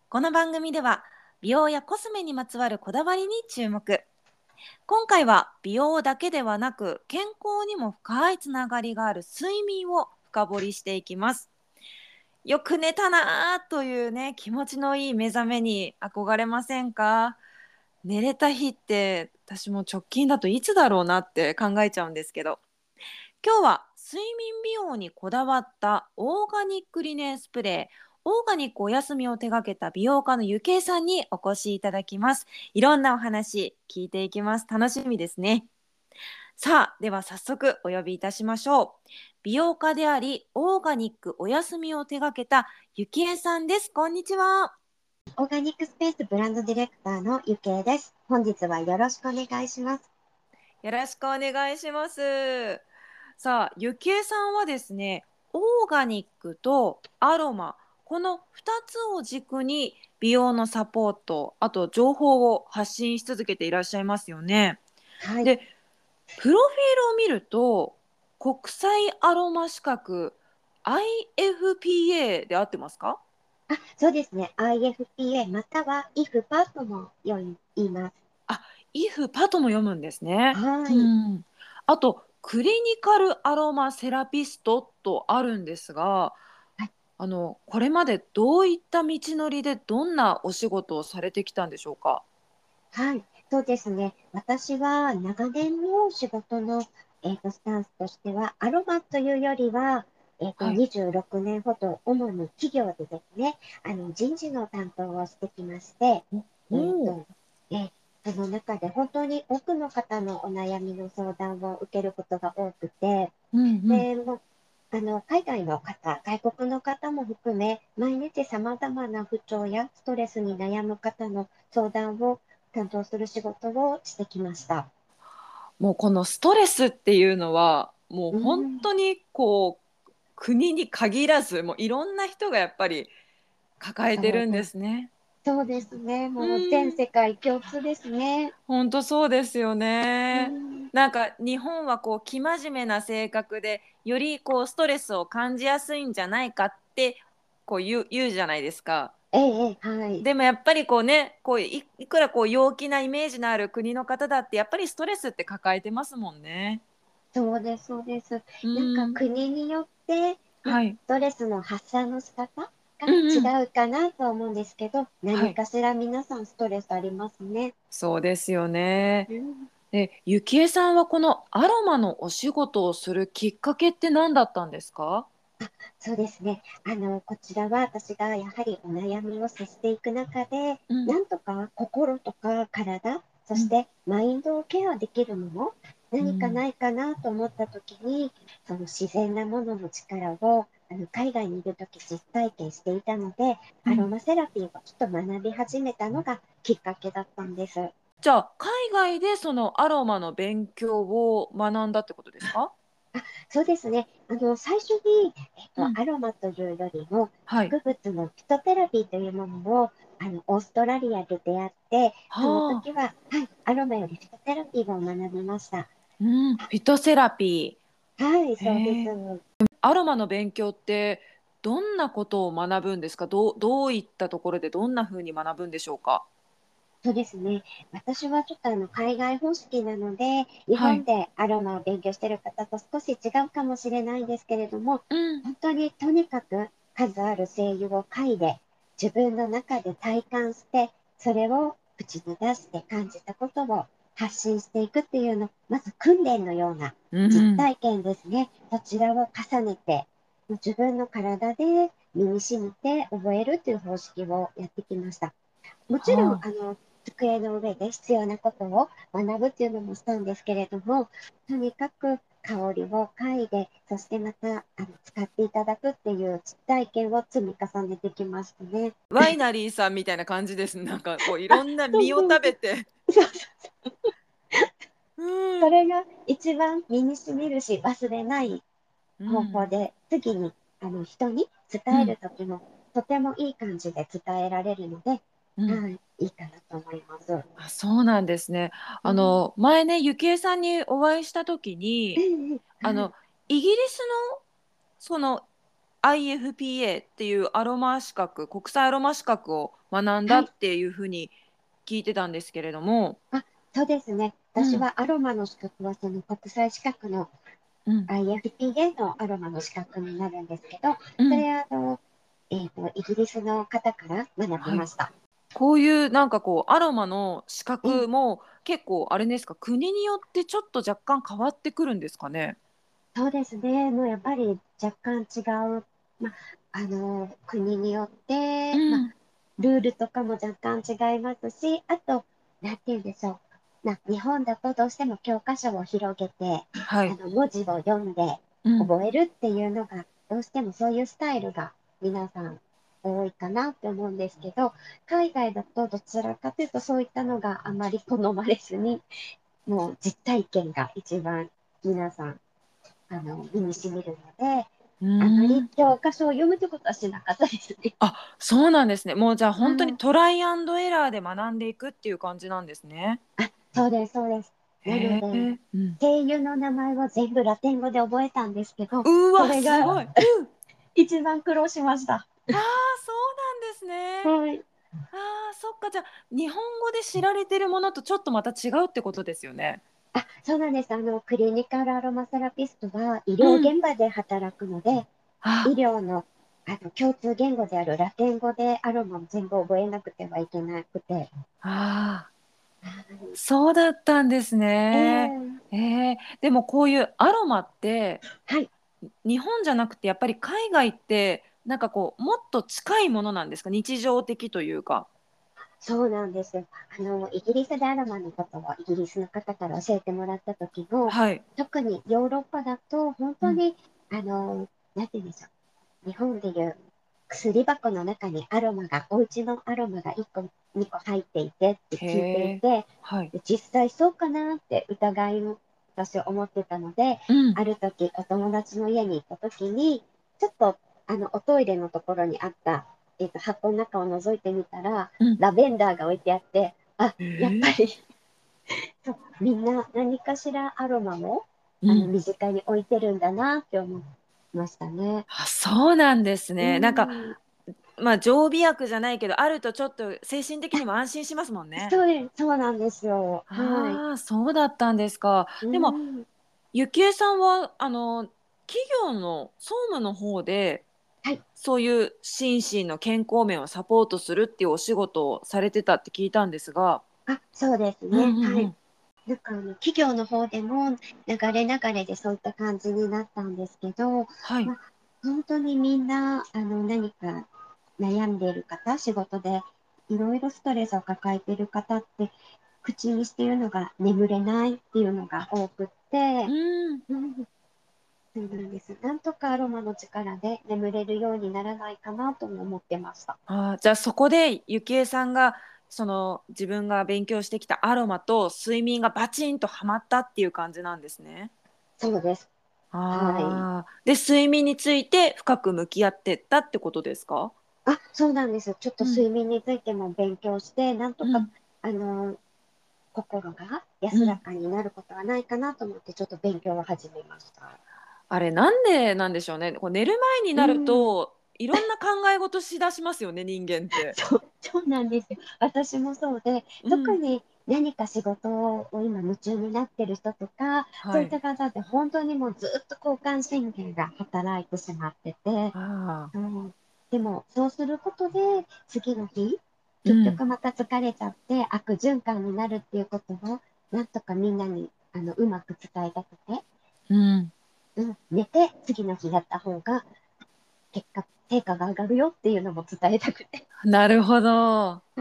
この番組では美容やコスメにまつわるこだわりに注目。今回は美容だけではなく健康にも深いつながりがある睡眠を深掘りしていきます。よく寝たなーというね、気持ちのいい目覚めに憧れませんか？寝れた日って私も直近だといつだろうなって考えちゃうんですけど、今日は睡眠美容にこだわったオーガニックリネンスプレー、オーガニックお休みを手掛けた美容家のゆけいさんにお越しいただきます。いろんなお話聞いていきます。楽しみですね。さあ、では早速お呼びいたしましょう。美容家でありオーガニックお休みを手掛けたゆけいさんです。こんにちは。 オーガニックスペースブランドディレクターのゆけいです。本日はよろしくお願いします。 よろしくお願いします。さあ、ゆきえさんはですね、オーガニックとアロマ、この2つを軸に美容のサポート、あと情報を発信し続けていらっしゃいますよね。 はい。 で、プロフィールを見ると、国際アロマ資格 IFPA で合ってますか？ そうですね。IFPA または IF パートも言います。 あ、イフパとも読むんですね。うはい。 ん。あと、クリニカルアロマセラピストとあるんですが、 はい。 これまでどういった道のりでどんなお仕事をされてきたんでしょうか？ はい。そうですね。私は長年の仕事の、スタンスとしては、アロマというよりは、 はい。 26年ほど主に企業でですね、人事の担当をしてきまして、 おお。 えっと、えその中で本当に多くの方のお悩みの相談を受けることが多くて、 うんうん。 で、もう、海外の方、外国の方も含め、毎日様々な不調やストレスに悩む方の相談を担当する仕事をしてきました。 もうこのストレスっていうのは、もう本うん、 当に国に限らず、もういろんな人がやっぱり抱えてるんでそうです。 すね。 そうですね。 うもう全ん。 世界共通ですね。 本当そうですようね。 ん、 なんか日本は生真面目な性格でよりストレスを感じやすいんじゃないかって言うじゃないですか。 ええ、ええはい。 でもやっぱりいくら陽気なイメージのある国の方だってやっぱりストレスって抱えてますもんね。 そうです、そうです。 うなんかん。 国によって、 はい。 ストレスの発散の仕方がうんうん。 違うかなとは思うんですけど、 はい。 何かしら皆さんストレスありますね。 そうですよね。 うん。 で、ゆきえさんはこのアロマのお仕事をするきっかけって何だったんですか？ そうですね。こちらは私がやはりお悩みを接していく中で、 うん。 なんとか心とか体、そうん。 してマインドをケアできるもの、何かうん。 ないかなと思った時に、その自然なものの力を、海外にいる時実体験していたので、アロうん。 マセラピーをちょっと学び始めたのがきっかけだったんです。 じゃあ、海外でそのアロマの勉強を学んだってことですか？ そうですね。最初に、 うん。 アロマというよりも、 はい。 植物のフィトテラピーというものを、オーストラリアで出会って、そのはあ。 時は、はい、アロマよりフィトテラピーを学びました。 うん、フィトセラピはい、 ー。 そうです。 へえ。アロマの勉強ってどんなことを学ぶんですか？どういったところでどんな風に学ぶんでしょうか？ そうですね。私はちょっと海外方式なので、日はい。 本でアロマを勉強している方と少し違うかもしれないんですけれども、 うん。 本当にとにかく数ある精油を嗅いで、自分の中で体感して、それを口に出して感じたことを発信していくっていうの、まず訓練のようなうん。 実体験ですね。そちらを重ねて、自分の体で身に染みて覚えるという方式をやってきました。もちろん、 はあ。 机の上で必要なことを学ぶっていうのもしたんですけれども、とにかく香りを嗅いで、そしてまた、使っていただくっていう実体験を積み重ねてきましたね。 ワイナリーさんみたいな感じです。なんかいろあ、 んなそう実をそうそう。 食べて。 そうそう。 うん。 それが一番身に染みるし、忘れないうん。 方法で、次に、人に伝えうん。 るときも、とてもいい感じで伝えられるので、 うん。 はい、いいかなと思います。 あ、そうなんですね。 うん。 前ね、ゆきえさんにお会いした時に、 ええええ、はい。 イギリスのその IFPA っていうアロマ資格、国際アロマ資格を学んだはい。 っていうふうに聞いてたんですけれども。 あ、そうですね。 うん、 私はアロマの資格はその国際資格のうん、 IFPA のアロマの資格になるんですけど、そうん。 れイギリスの方から学びはい。 ました。 こういうなんかこうアロマの資ええ、 格も結構あれですか、国によってちょっと若干変わってくるんですかね。 そうですね。もうやっぱり若干違う。ま、国によっうて、 ん。 ルールとかも若干違いますし、あと、なんて言うんでしょう。日本だとどうしても教科書を広げて、 はい。 文字を読んでうん。 覚えるっていうのが、どうしてもそういうスタイルが皆さん多いかなって思うんですけど、海外だとどちらかというとそういったのがあまり好まれずに、もう実体験が一番皆さん、身に染みるので、 うーあまりん。 教科書を読むってことはしなかったですね。 あ、そうなんですね。もうじゃあ本当にはい。 トライアンドエラーで学んでいくっていう感じなんですね。 あ、そうです、そうです。なので、 へえ。うん。 声優の名前は全部ラテン語で覚えたんですけど、 うわ、 それがすごい。うん。 一番苦労しました。 ああ、そうなんですね。 はい。 ああ、そっか、じゃあ、日本語で知られてるものとちょっとまた違うってことですよね。 あ、そうなんです。クリニカルアロマセラピストは医療うん。 現場で働くので、医あ、 療の、共通言語であるラテン語でアロマを全部覚えなくてはいけなくて。 ああ、そうだったんですえね。 ー、 でもこういうアロマって、 はい。 日本じゃなくてやっぱり海外ってなんかこうもっと近いものなんですか？日常的というか。 そうなんですよ。イギリスでアロマのことをイギリスの方から教えてもらった時も、 はい。 特にヨーロッパだと本うん。 当に、なんて言うんでしょう。日本でいう薬箱の中にお家のアロマが1個、2個入っていてってへ聞いていえ。 て、 はい。 で実際そうかなって疑いを私は思ってたので、 うん。 ある時お友達の家に行った時に、ちょっとおトイレのところにあった、箱の中を覗いてみたら、 うん。 ラベンダーが置いてあって、あ、 へえ。 やっぱりそう、みんな何かしらアロマも、 うん。 身近に置いてるんだなって思いましたね。 あ、そうなんですうね。なんか、 ん。 まあ、常備薬じゃないけど、あるとちょっと精神的にも安心しますもんね。 そうなんですよ。はい。 ああ、そうだったんですか。 うでも、 ん。 ゆきえさんは、企業の総務の方で、 はい。 そういう心身の健康面をサポートするっていうお仕事をされてたって聞いたんですが。 あ、そうですうんね。はい。 うんうん。 企業の方でも流れ流れでそういった感じになったんですけど、 はい。 本当にみんな、何か悩んでいる方、仕事でいろいろストレスを抱えている方って、口にしているのが眠れないっていうのが多くって、 うん。 うん、そうなんです。なんとかアロマの力で眠れるようにならないかなとも思ってました。 じゃあそこでゆきえさんがその自分が勉強してきたアロマと睡眠がバチンとはまったっていう感じなんですね。 そうです。はい。 で睡眠について深く向き合ってったってことですか？ あ、そうなんです。ちょっとうん。 睡眠についても勉強して、なんとか、 うん。 あの、心がうん。 安らかになることはないかなと思って、ちょっと勉強を始めました。 あれなんでなんでしょうね。こう寝る前にうなるん。 といろんな考え事しだしますよね、人間って。 そうなんですよ。私もそうで、 うん。 特に何か仕事を今夢中になってる人とか、そういっはい。 た方って本当にもうずっと交感神経が働いてしまってて、 ああ。 うん、でもそうすることで次の日、 うん。 結局また疲れちゃって悪循環になるっていうことを、なんとかみんなにうまく伝えたくて、 うん。 寝て次の日やった方が成果が上がるよっていうのも伝えたくて。 なるほど。 うん、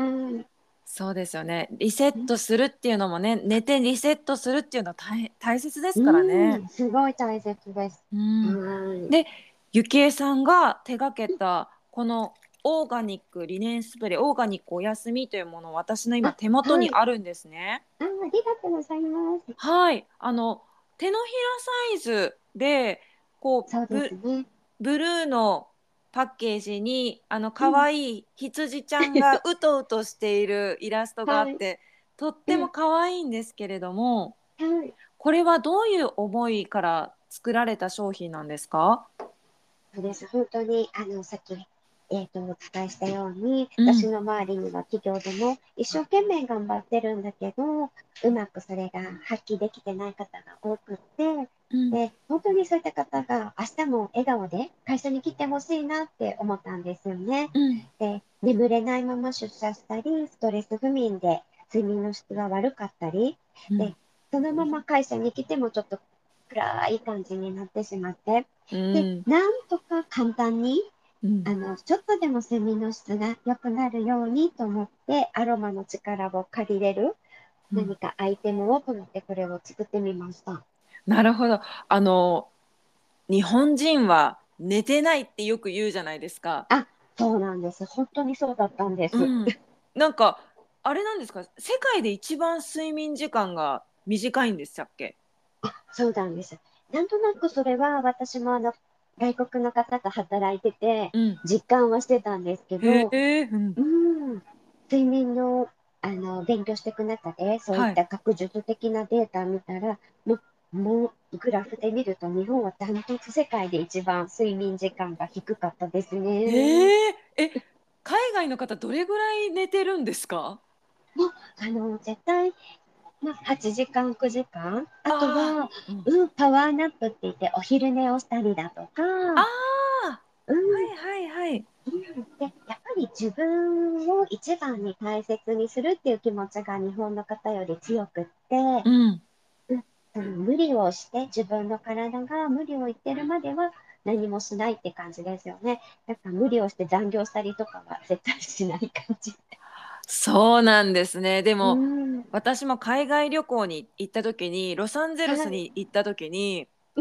そうですよね。リセッうんトするっていうのもね、寝てリセットするっていうのは大切ですからね。 すごい大切です。 うん。 はい。 で、ゆきえさんが手掛けたこのオーガニックリネンスプレー、オーガニックお休みというもの、私の今あ、 手元はい。 にあるんですね。 ありがとうございます。 はい、手のひらサイズで、こそううですね。 ブルーのパッケージに可うん。 愛い羊ちゃんがうとうとしているイラストがあはい。 って、とってもうん。 可愛いんですけれども、 はい。 これはどういう思いから作られた商品なんですか？ そうです。本当に、さっき、お伝えしたように、 うん、 私の周りには企業でも一生懸命頑張ってるんだけど、うまくそれが発揮できてない方が多くって、 うん、 で、本当にそういった方が明日も笑顔で会社に来てほしいなって思ったんですよね。 うん、 で、眠れないまま出社したり、ストレス不眠で睡眠の質が悪かったり、で、 うん、 そのまま会社に来てもちょっと暗い感じになってしまって、 うで、 ん、 なんとか簡単に、 うん。 ちょっとでも睡眠の質が良くなるようにと思って、アロマの力を借りれるうん。 何かアイテムをと思ってこれを作ってみました。 なるほど。日本人は寝てないってよく言うじゃないですか。 あ、そうなんです。本当にそうだったんです。 うん。なんか、あれなんですか、世界で一番睡眠時間が短いんでしたっけ？ そうなんです。なんとなくそれは私も外国の方と働いててうん。 実感はしてたんですけへど、 え、うん。 うん、睡眠の、勉強していく中で、そういっはい。 た学術的なデータを見たら、もうグラフで見ると、日本はダントツ世界で一番睡眠時間が低かったですね。 へえ、海外の方どれぐらい寝てるんですか？ もう、絶対、8時間、9時間。あとああは、 ー、うん。 パワーナップって言って、お昼寝をしたりだとか、 ああ、 うん、 はいはいはい。 で、やっぱり自分を一番に大切にするっていう気持ちが日本の方より強くって、 うん。 うん、無理をして、自分の体が無理を言ってるまでは何もしないって感じですよね。だから無理をして残業したりとかは絶対しない感じ。 そうなんですね。でうも、 ん、 私も海外旅行に行った時に、ロサンゼルスはい。 に行った時に、 うん。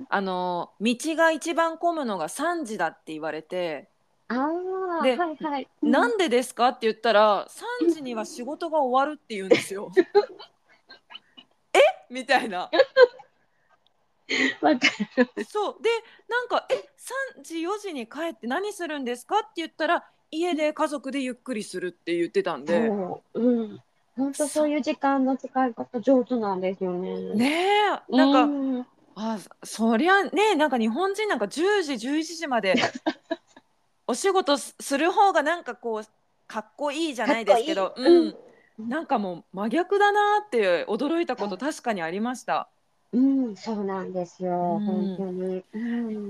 道が一番混むのが3時だって言われて、 ああ、 で、 はいはい。うん。 なんでですかって言ったら、3時には仕事が終わるって言うんですよ。みたいな。 わかる。 そう。で、なんか、3時、4時に帰って何するんですかって言ったら、家で家族でゆっくりするって言ってたんで、 そう、うん。ほんとそそういう時間の使い方上手なんですよね。 ねえ、 うなんか、 ん。 そりゃね、なんか日本人なんか10時、11時までお仕事する方がなんかこう、かっこいいじゃかなっこいい。 いですけど、 うん。 うん。なんかもう真逆だなって驚いたことそう。 確かにありました。 うん、そうなんですうよ。本当ん。 に。うん。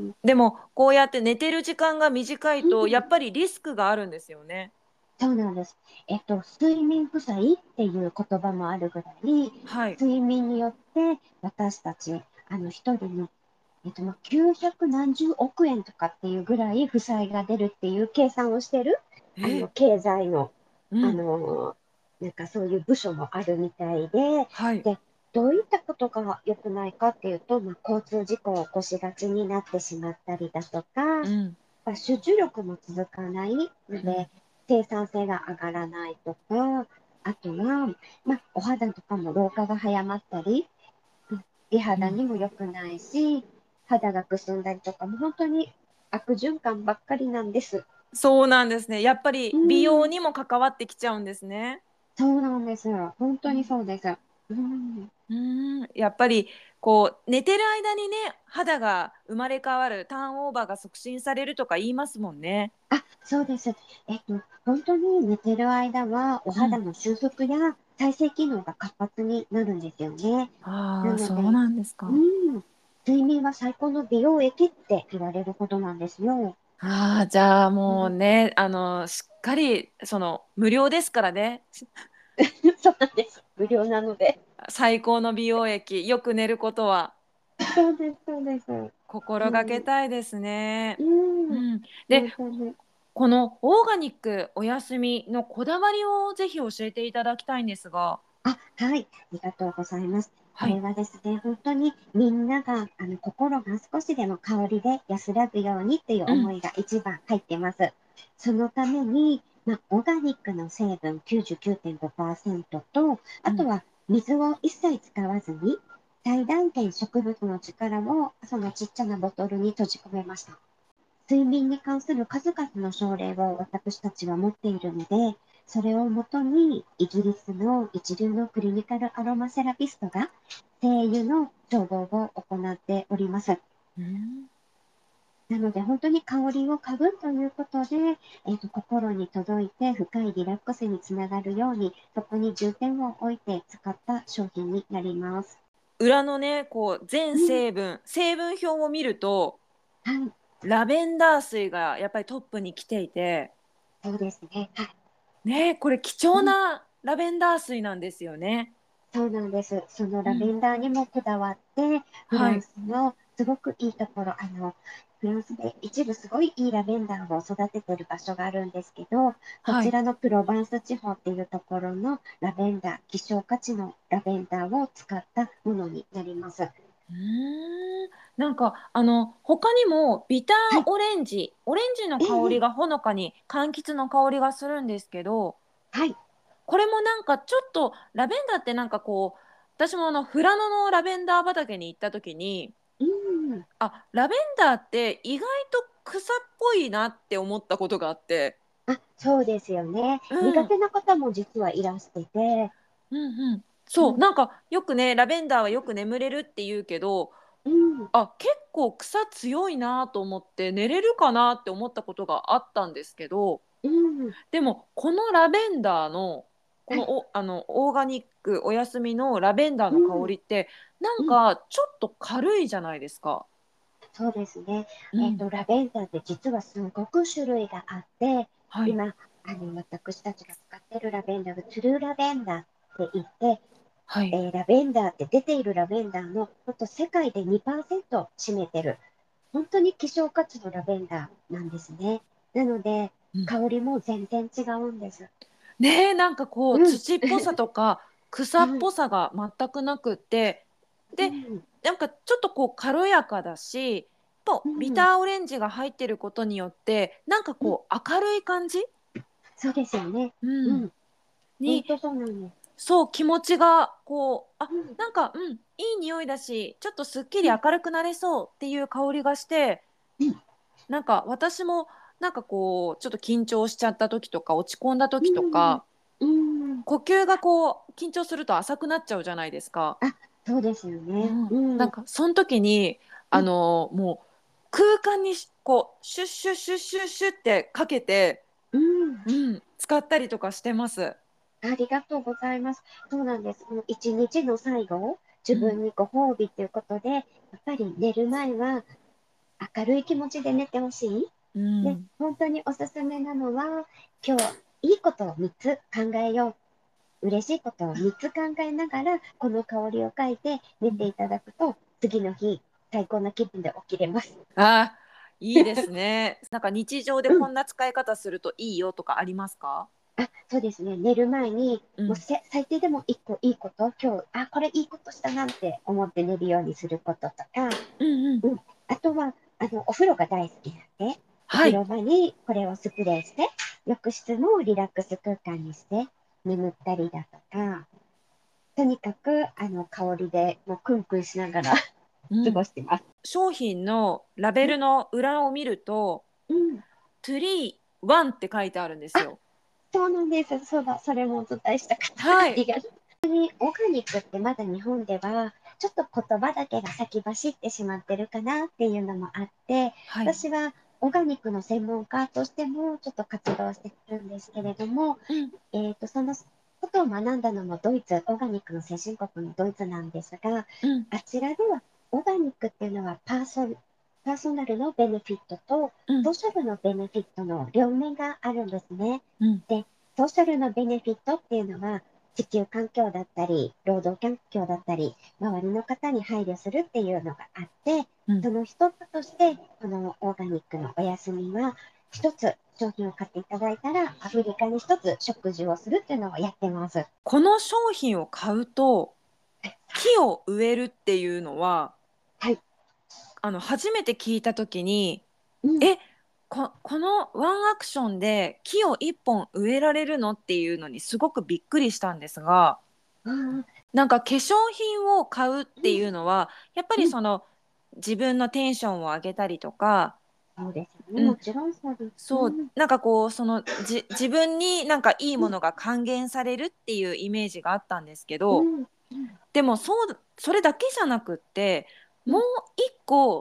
でも、こうやって寝てる時間が短いと、やうん、 っぱりリスクがあるんですよね。 そうなんです。睡眠負債っていう言葉もあるぐらい、 はい。 睡眠によって私たち、一人に、900何十億円とかっていうぐらい負債が出るっていう計算をしてる、 ええ、 経済の、 うん。 なんかそういう部署もあるみたいで、 はい。 で、どういったことが良くないかっていうと、交通事故を起こしがちになってしまったりだとか、 うん。 集中力も続かないので、 うん。 生産性が上がらないとか、あとは、お肌とかも老化が早まったり、美うん。 肌にも良くないし、肌がくすんだりとかも本当に悪循環ばっかりなんです。 そうなんですね。やっぱうり美容ん、 にも関わってきちゃうんですね。 そうなんですよ。本当にうん。 そうです。うん、 やっぱりこう寝てる間にね、肌が生まれ変わる、ターンオーバーが促進されるとか言いますもんね。 あ、そうです。本当に寝てる間はおうん。 肌の修復や再生機能が活発になるんですよね。なああ、 ので、 そうなんですうか。 ん、睡眠は最高の美容液って言われるほどなんですよ。 ああ、じゃあうん、 もうね、しっかり無料ですからね。 そうなんです。無料なので。 最高の美容液、よく寝ることはそうです、そうです。 心がけうん、 たいですね。ううん、 ん。で、 本当に。 このオーガニックお休みのこだわりをぜひ教えていただきたいんですが。 あ、はい、ありがとうございます。これはい。 はですね、本当にみんなが、心が少しでも香りで安らぐようにっていううん。 思いが一番入ってます。そのために、オーガニックの成分99.5%と、 うん。 あとは水を一切使わずに、最大限植物の力をそのちっちゃなボトルに閉じ込めました。睡眠に関する数々の症例を私たちは持っているので、それをもとにイギリスの一流のクリニカルアロマセラピストが精油の調合を行っております。 うん。 なので、本当に香りを嗅ぐということで、心に届いて深いリラックスにつながるように、そこに重点を置いて使った商品になります。 裏のね、こう全うん、 成分表を見ると、 はい、 ラベンダー水がやっぱりトップに来ていて、 そうですね。はい。 ね、これ貴重なラベンダー水なんですよね。 そうなんです。そのうん。 ラベンダーにもこだわって、フランはい。 スのすごくいいところ、フランスで一部すごいいいラベンダーを育ててる場所があるんですけど、そはい。 ちらのプロヴァンス地方っていうところのラベンダー、希少価値のラベンダーを使ったものになります。 うーん。なんか他にもビターはい。 オレンジのえ香りえ、 がほのかに柑橘の香りがするんですけど、 はい。 これもなんかちょっとラベンダーってなんかこう、私も富良野のラベンダー畑に行った時に、 うん。 ラベンダーって意外と草っぽいなって思ったことがあって。 あ、そうですよね。 うん。 苦手な方も実はいらしてて、 うんうん。そう、 うん、 なんかよくね、ラベンダーはよく眠れるって言うけど、 うん、 結構草強いなと思って寝れるかなって思ったことがあったんですけど、 うん。 でもこのラベンダーのこはい。 のオーガニックお休みのラベンダーの香うん、 りってなんうん。 かちょっと軽いじゃないですか。 そうですね。 うん。 ラベンダーって実はすごく種類があって、 はい。 今、私たちが使っているラベンダーがトゥルーラベンダーって言って、 はい。 ラベンダーって出ているラベンダーの、ほんと世界で2%占めてる、本当に希少価値のラベンダーなんですね。なので、 うん。 香りも全然違うんです。 ねえ、なんかこううん。 土っぽさとか草っはい。 ぽさが全くなくって、で、 うん。 なんかちょっとこう軽やかだし、とビうん。 ターオレンジが入ってることによってなんかうん。 こう明るい感じ、 そうですよね。 うん、 うん。本に、 当そうなんです。 そう気持ちがこううん。 なんかいい匂いだしちょっとすっきりうん。 明るくなれそうっていう香りがして、 うん。 なんか私もなんかこうちょっと緊張しちゃった時とか落ち込んだう時とん。 か、 うん。 呼吸がこう緊張すると浅くなっちゃうじゃないですか。 あ、そうですよね。 うん、 うん。 なんかその時にうん。 もう空間にこうシュッシュッシュッシュッシュッってかけて、 うん。 使ったりとかしてます。 ありがとうございます。そうなんです。もう一日の最後、自うん、 分にご褒美ということで、やっぱり寝る前は明るい気持ちで寝てほしい。 うで、 ん、 本当におすすめなのは、今日いいことを3つ考えよう。嬉しいことを3つ考えながら、この香りを嗅いで寝ていただくと、次の日、最高な気分で起きれます。 あ、いいですね。なんか日常でうん。 こんな使い方するといいよとかありますか？ あ、そうですね。寝る前に、 うん、 最低でも1個いいこと、今日、これいいことしたなって思って寝るようにすることとか、 うんうん。 うん。あとは、お風呂が大好きなんで、おはい。 風呂場にこれをスプレーして、浴室もリラックス空間にして、眠ったりだとか、とにかく、香りで、もうクンクンしながら過うん。 ごしてます。 商品のラベうん、 ルの裏を見ると、 うん。 トゥリーワンって書いてあるんですあ、 よ。 そうなんです。そうだ、それもお伝えしたかった。あはい。 りがとう。本当にオーガニックってまだ日本では、ちょっと言葉だけが先走ってしまってるかなっていうのもあって、 はい。 私はオーガニックの専門家としてもちょっと活動してるんですけれども、 うん。 そのことを学んだのもドイツ、オーガニックの先進国のドイツなんですが、 うん。 あちらではオーガニックっていうのはパーソナルのベネフィットとうん。 ソーシャルのベネフィットの両面があるんですね。 うん。 で、ソーシャルのベネフィットっていうのは、地球環境だったり、労働環境だったり、周りの方に配慮するっていうのがあって、 うん。 その一つとして、このオーガニックのお休みは、一つ商品を買っていただいたら、アフリカに一つ食事をするっていうのをやってます。 この商品を買うと木を植えるっていうのははい。 初めて聞いた時に、 うん。 え、このワンアクションで木を一本植えられるのっていうのにすごくびっくりしたんですが、 ああ、 なんか化粧品を買うっていうのはやっぱうん、うん。 りその自分のテンションを上げたりとか、 そうですよね。 うん、 もちろんそうです。うそうん、 なんかこう自分になんかいいうん、 ものが還元されるっていうイメージがあったんですけうど、 ん、うん、 でもそれだけじゃなくって、もううん。 一個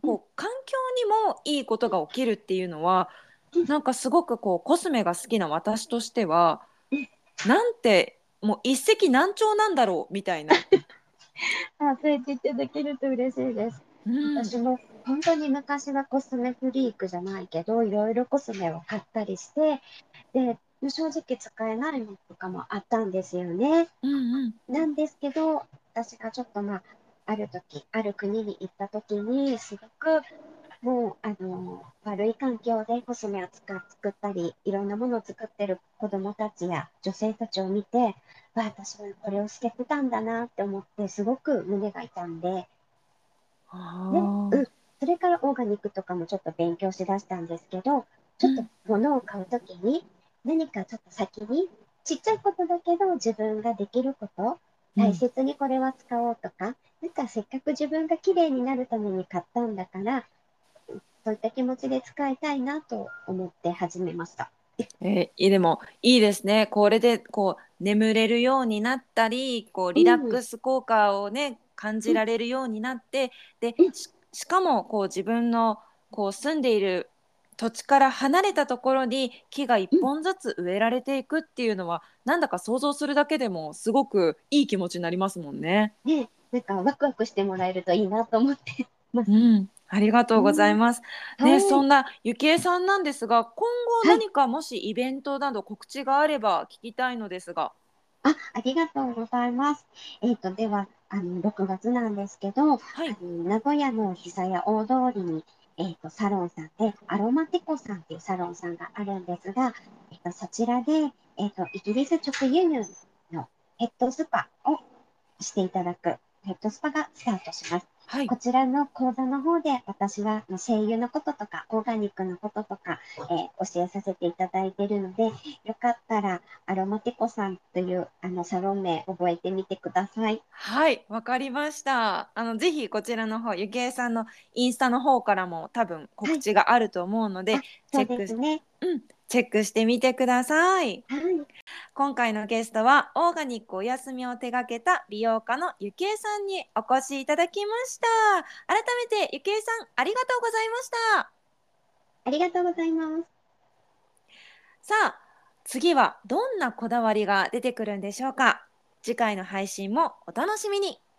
うん、 環境にもいいことが起きるっていうのは、 うん、 なんかすごくコスメが好きな私としては、 うん。 なんてもう一石何鳥なんだろうみたいな。 あ、そう言っていただけると嬉しいです。 うん、 私も本当に昔はコスメフリークじゃないけど、いろいろコスメを買ったりして、で、正直使えないのとかもあったんですよね。 うんうんなんですけど、私がちょっとある時、ある国に行った時に、すごくもう、悪い環境でコスメを作ったり、いろんなものを作ってる子供たちや女性たちを見て、私はこれをしてきたんだなって思って、すごく胸が痛んで、で、 あそれからオーガニックとかもちょっと勉強しだしたんですけど、ちょっとーうん物を買うときに、何かちょっと先に、ちっちゃいことだけど自分ができること、大うん切にこれは使おうとか、なんかせっかく自分が綺麗になるために買ったんだから、そういった気持ちで使いたいなと思って始めました。 でもいいですね。これで眠れるようになったり、リラッうん、うん、 クス効果をね感じられるようになって、でうん、 しかも自分の住んでいる土地から離れたところに木が一うん。 本ずつ植えられていくっていうのは、なんだか想像するだけでもすごくいい気持ちになりますもんね。 ね、なんかワクワクしてもらえるといいなと思ってます。 うん、ありがとうございうん、 ます。ね、そはい、 んなゆきえさんなんですが、今後はい。 何かもしイベントなど告知があれば聞きたいのですが。 ありがとうございます。では、6月なんですけど、 はい。 名古屋の久屋大通りに、サロンさんで、アロマテコさんっていうサロンさんがあるんですが、そちらで、イギリス直輸入のヘッドスパをしていただく、ヘッドスパがスタートします。 はい。 こちらの講座の方で私は声優のこととかオーガニックのこととか、教えさせていただいているので、よかったらアロマテコさんというサロン名覚えてみてください。 はい、わかりました。ぜひこちらの方、ゆきえさんのインスタの方からも多分はい。 告知があると思うので、 あ、そうですね。 チェックしてみてください。 はい。 今回のゲストは、オーガニックお休みを手掛けた美容家のゆきえさんにお越しいただきました。改めてゆきえさん、ありがとうございました。 ありがとうございます。 さあ、次はどんなこだわりが出てくるんでしょうか。次回の配信もお楽しみに。